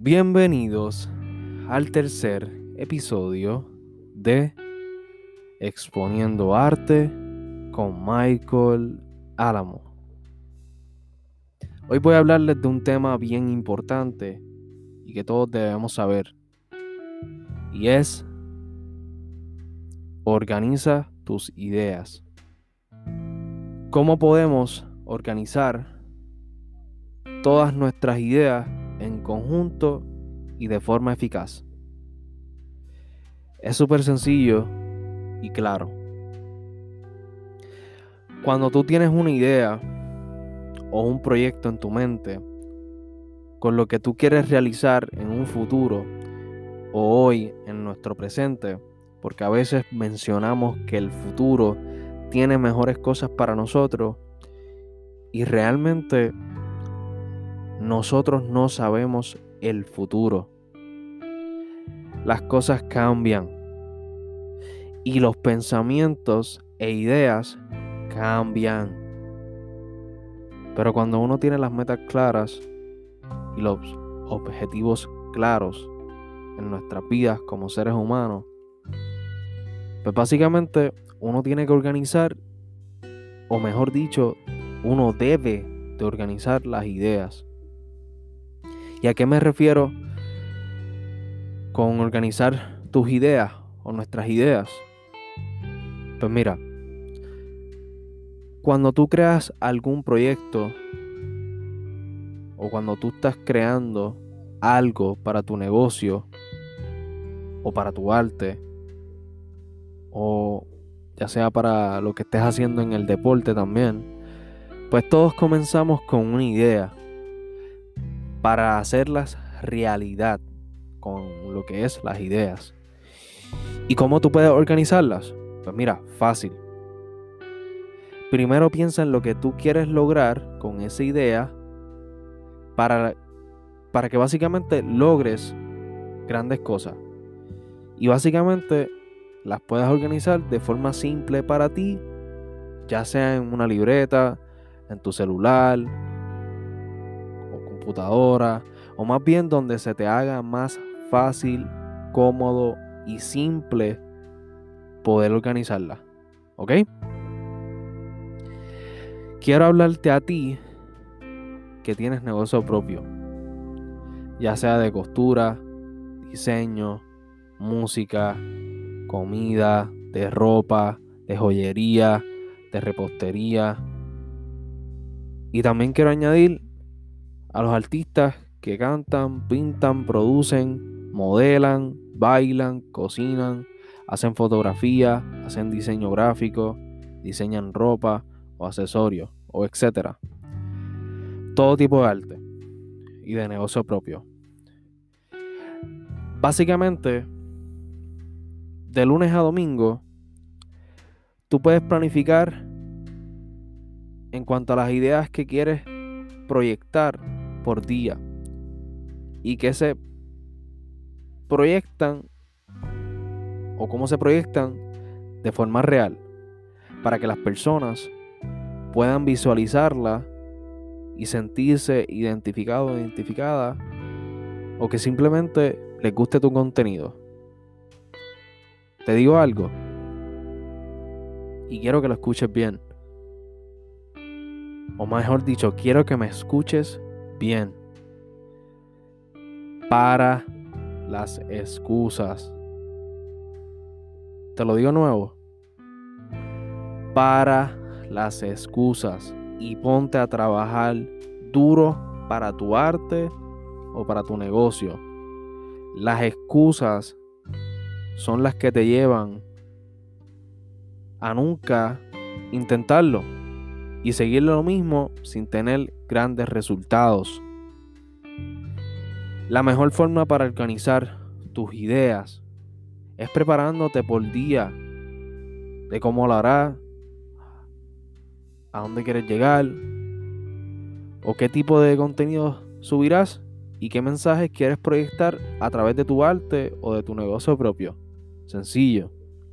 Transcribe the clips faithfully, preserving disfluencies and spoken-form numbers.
Bienvenidos al tercer episodio de Exponiendo Arte con Michael Álamo. Hoy voy a hablarles de un tema bien importante y que todos debemos saber, y es: organiza tus ideas. ¿Cómo podemos organizar todas nuestras ideas en conjunto y de forma eficaz? Es súper sencillo y claro. Cuando tú tienes una idea o un proyecto en tu mente con lo que tú quieres realizar en un futuro o hoy en nuestro presente, porque a veces mencionamos que el futuro tiene mejores cosas para nosotros y realmente nosotros no sabemos el futuro. Las cosas cambian y los pensamientos e ideas cambian. Pero cuando uno tiene las metas claras y los objetivos claros en nuestras vidas como seres humanos, pues básicamente uno tiene que organizar, o mejor dicho, uno debe de organizar las ideas. ¿Y a qué me refiero con organizar tus ideas o nuestras ideas? Pues mira, cuando tú creas algún proyecto o cuando tú estás creando algo para tu negocio o para tu arte, o ya sea para lo que estés haciendo en el deporte también, pues todos comenzamos con una idea para hacerlas realidad con lo que es las ideas. ¿Y cómo tú puedes organizarlas? Pues mira, fácil. Primero piensa en lo que tú quieres lograr con esa idea para, para que básicamente logres grandes cosas. Y básicamente las puedas organizar de forma simple para ti, ya sea en una libreta, en tu celular o computadora, o más bien donde se te haga más fácil, cómodo y simple poder organizarla. ¿Ok? Quiero hablarte a ti que tienes negocio propio, ya sea de costura, diseño, música, comida, de ropa, de joyería, de repostería. Y también quiero añadir a los artistas que cantan, pintan, producen, modelan, bailan, cocinan, hacen fotografía, hacen diseño gráfico, diseñan ropa o accesorios, o etcétera. Todo tipo de arte y de negocio propio. Básicamente, de lunes a domingo, tú puedes planificar en cuanto a las ideas que quieres proyectar por día y que se proyectan o cómo se proyectan de forma real, para que las personas puedan visualizarla y sentirse identificados o identificadas, o que simplemente les guste tu contenido. Te digo algo y quiero que lo escuches bien, o mejor dicho, quiero que me escuches bien. Para las excusas. Te lo digo nuevo. Para las excusas y ponte a trabajar duro para tu arte o para tu negocio. Las excusas son las que te llevan a nunca intentarlo y seguir lo mismo sin tener grandes resultados. La mejor forma para organizar tus ideas es preparándote por día de cómo lo harás, a dónde quieres llegar, o qué tipo de contenido subirás y qué mensajes quieres proyectar a través de tu arte o de tu negocio propio. Sencillo.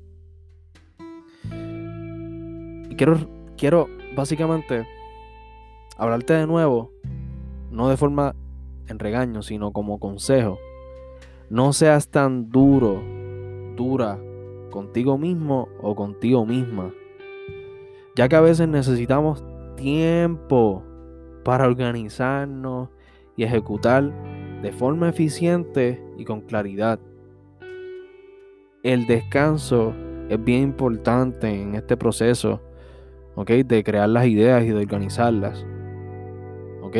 Y quiero, quiero básicamente hablarte de nuevo, no de forma en regaño, sino como consejo. No seas tan duro, dura contigo mismo o contigo misma, ya que a veces necesitamos tiempo para organizarnos y ejecutar de forma eficiente y con claridad. El descanso es bien importante en este proceso, ¿ok? De crear las ideas y de organizarlas, ¿ok?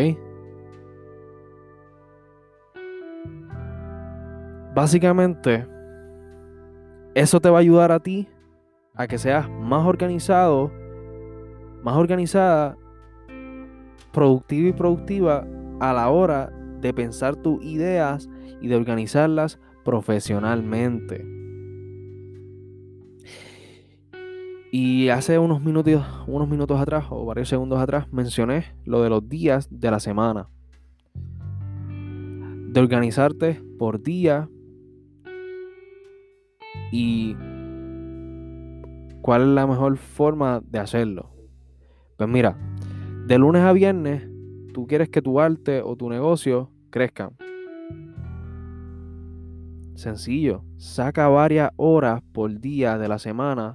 Básicamente, eso te va a ayudar a ti a que seas más organizado, más organizada, productiva y productiva a la hora de pensar tus ideas y de organizarlas profesionalmente. Y hace unos minutos, unos minutos atrás o varios segundos atrás mencioné lo de los días de la semana. De organizarte por día y cuál es la mejor forma de hacerlo. Pues mira, de lunes a viernes tú quieres que tu arte o tu negocio crezcan. Sencillo, saca varias horas por día de la semana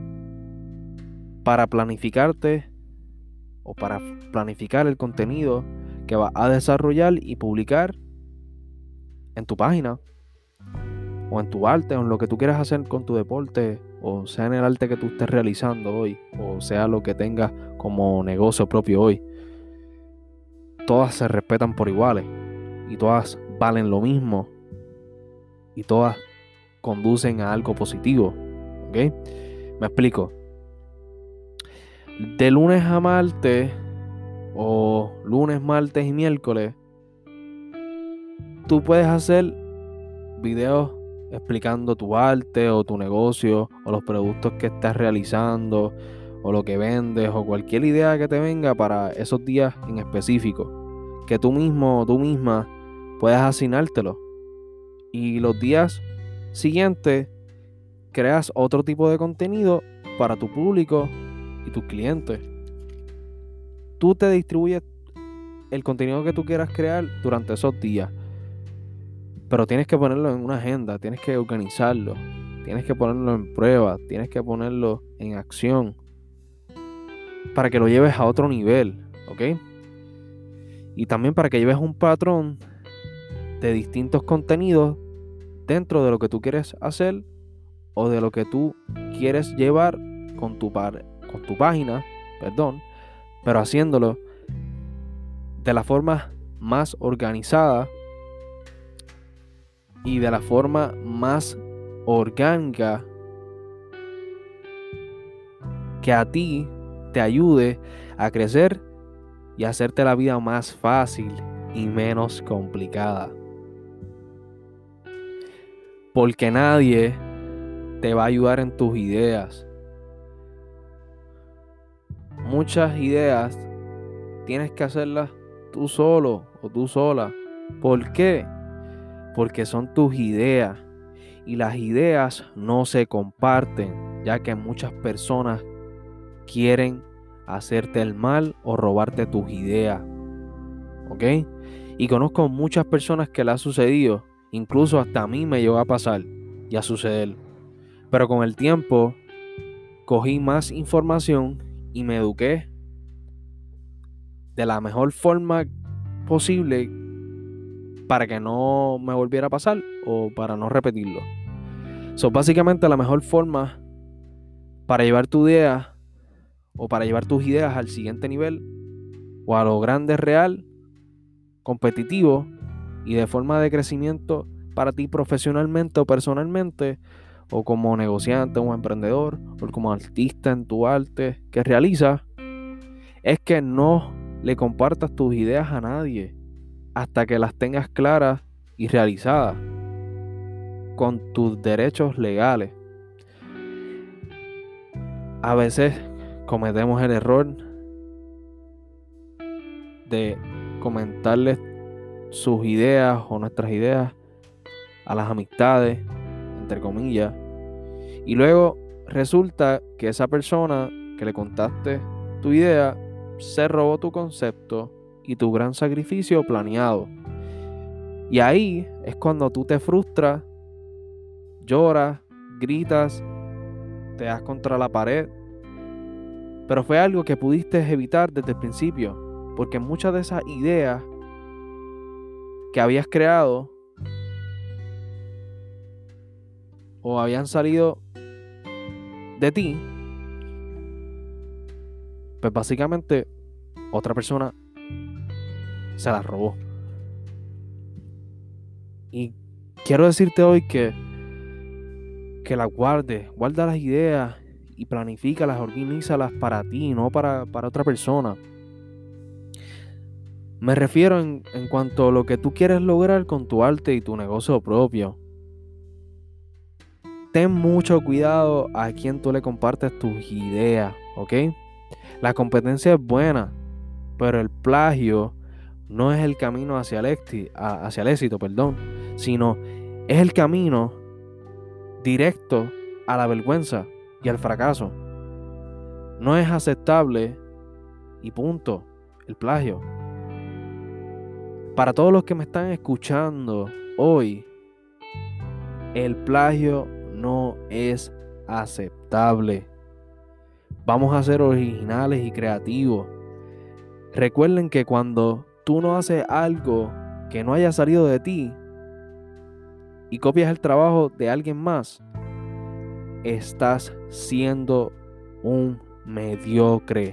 para planificarte o para planificar el contenido que vas a desarrollar y publicar en tu página o en tu arte o en lo que tú quieras hacer con tu deporte, o sea en el arte que tú estés realizando hoy, o sea lo que tengas como negocio propio hoy. Todas se respetan por iguales y todas valen lo mismo y todas conducen a algo positivo, ¿ok? Me explico. De lunes a martes o lunes, martes y miércoles tú puedes hacer videos explicando tu arte o tu negocio o los productos que estás realizando o lo que vendes o cualquier idea que te venga para esos días en específico, que tú mismo o tú misma puedas asignártelo, y los días siguientes creas otro tipo de contenido para tu público y tus clientes. Tú te distribuyes el contenido que tú quieras crear durante esos días, pero tienes que ponerlo en una agenda, tienes que organizarlo, tienes que ponerlo en prueba, tienes que ponerlo en acción para que lo lleves a otro nivel, ¿ok? Y también para que lleves un patrón de distintos contenidos dentro de lo que tú quieres hacer o de lo que tú quieres llevar con tu, par- con tu página, perdón, pero haciéndolo de la forma más organizada y de la forma más orgánica que a ti te ayude a crecer y a hacerte la vida más fácil y menos complicada. Porque nadie te va a ayudar en tus ideas. Muchas ideas tienes que hacerlas tú solo o tú sola. ¿Por qué? Porque son tus ideas y las ideas no se comparten, ya que muchas personas quieren hacerte el mal o robarte tus ideas, ¿ok? Y conozco muchas personas que le ha sucedido, incluso hasta a mí me llegó a pasar y a suceder, pero con el tiempo cogí más información y me eduqué de la mejor forma posible para que no me volviera a pasar o para no repetirlo. So, básicamente la mejor forma para llevar tu idea o para llevar tus ideas al siguiente nivel o a lo grande, real, competitivo y de forma de crecimiento para ti profesionalmente o personalmente, o como negociante o emprendedor o como artista en tu arte que realizas, es que no le compartas tus ideas a nadie hasta que las tengas claras y realizadas con tus derechos legales. A veces cometemos el error de comentarles sus ideas o nuestras ideas a las amistades, entre comillas, y luego resulta que esa persona que le contaste tu idea se robó tu concepto y tu gran sacrificio planeado, Y ahí es cuando tú te frustras, lloras, gritas, te das contra la pared. Pero fue algo que pudiste evitar desde el principio, porque muchas de esas ideas que habías creado o habían salido de ti, pues básicamente otra persona se las robó. Y quiero decirte hoy que que las guardes, guarda las ideas y planifícalas, organízalas para ti, no para, para otra persona. Me refiero en, en cuanto a lo que tú quieres lograr con tu arte y tu negocio propio. Ten mucho cuidado a quien tú le compartes tus ideas, ¿ok? La competencia es buena, pero el plagio no es el camino hacia el éxito, hacia el éxito, perdón, sino es el camino directo a la vergüenza y al fracaso. No es aceptable y punto, el plagio. Para todos los que me están escuchando hoy, el plagio no es aceptable. Vamos a ser originales y creativos. Recuerden que cuando tú no haces algo que no haya salido de ti y copias el trabajo de alguien más, estás siendo un mediocre.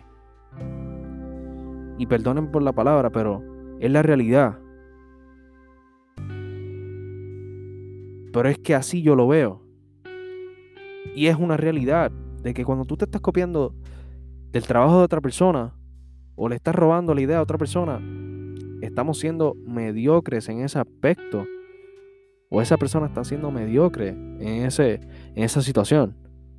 Y perdonen por la palabra, pero es la realidad. Pero es que así yo lo veo. Y es una realidad de que cuando tú te estás copiando del trabajo de otra persona o le estás robando la idea a otra persona, estamos siendo mediocres en ese aspecto. O esa persona está siendo mediocre en, ese, en esa situación.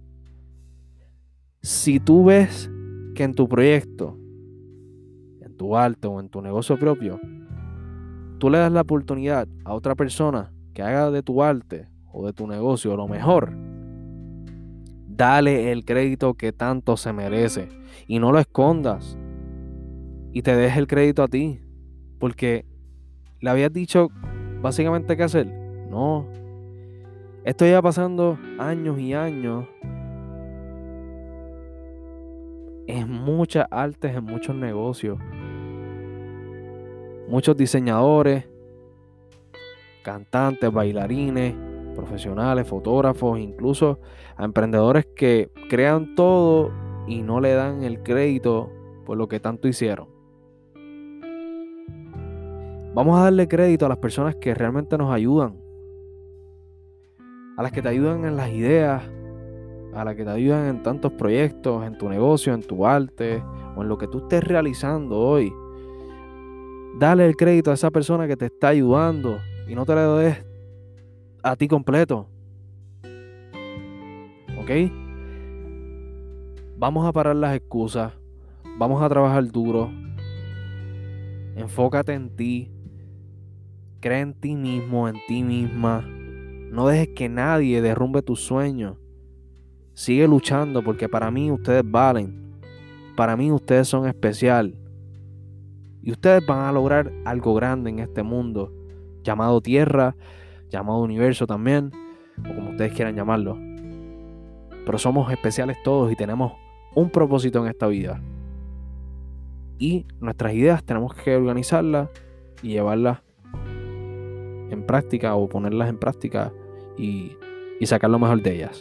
Si tú ves que en tu proyecto, en tu arte o en tu negocio propio, tú le das la oportunidad a otra persona que haga de tu arte o de tu negocio lo mejor, dale el crédito que tanto se merece y no lo escondas y te dejes el crédito a ti, porque le habías dicho básicamente qué hacer. No, esto lleva pasando años y años en muchas artes, en muchos negocios. Muchos diseñadores, cantantes, bailarines, profesionales, fotógrafos, incluso a emprendedores que crean todo y no le dan el crédito por lo que tanto hicieron. Vamos a darle crédito a las personas que realmente nos ayudan, a las que te ayudan en las ideas, a las que te ayudan en tantos proyectos, en tu negocio, en tu arte o en lo que tú estés realizando hoy. Dale el crédito a esa persona que te está ayudando y no te lo des a ti completo. ¿Ok? Vamos a parar las excusas. Vamos a trabajar duro. Enfócate en ti. Cree en ti mismo, en ti misma. No dejes que nadie derrumbe tus sueños. Sigue luchando porque para mí ustedes valen. Para mí ustedes son especial. Y ustedes van a lograr algo grande en este mundo, llamado Tierra, llamado Universo también, o como ustedes quieran llamarlo. Pero somos especiales todos y tenemos un propósito en esta vida. Y nuestras ideas tenemos que organizarlas y llevarlas en práctica o ponerlas en práctica y, y sacar lo mejor de ellas.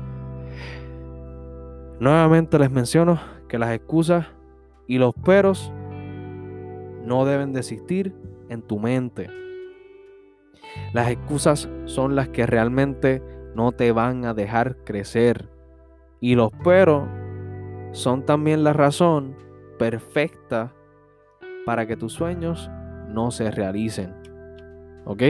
Nuevamente les menciono que las excusas y los peros no deben de existir en tu mente. Las excusas son las que realmente no te van a dejar crecer. Y los peros son también la razón perfecta para que tus sueños no se realicen. ¿Ok?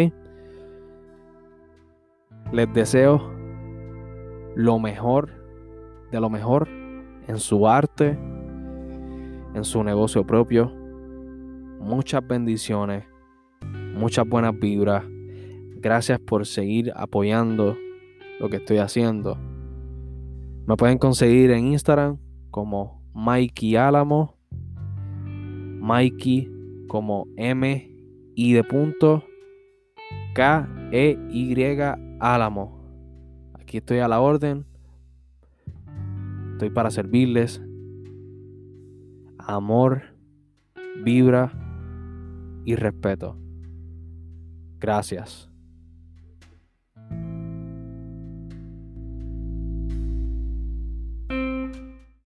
Les deseo lo mejor de lo mejor en su arte, en su negocio propio. Muchas bendiciones, muchas buenas vibras. Gracias por seguir apoyando lo que estoy haciendo. Me pueden conseguir en Instagram como Mikey Álamo, Mikey como M I de punto K E Y Álamo. Aquí estoy a la orden. Estoy para servirles. Amor, vibra y respeto. Gracias.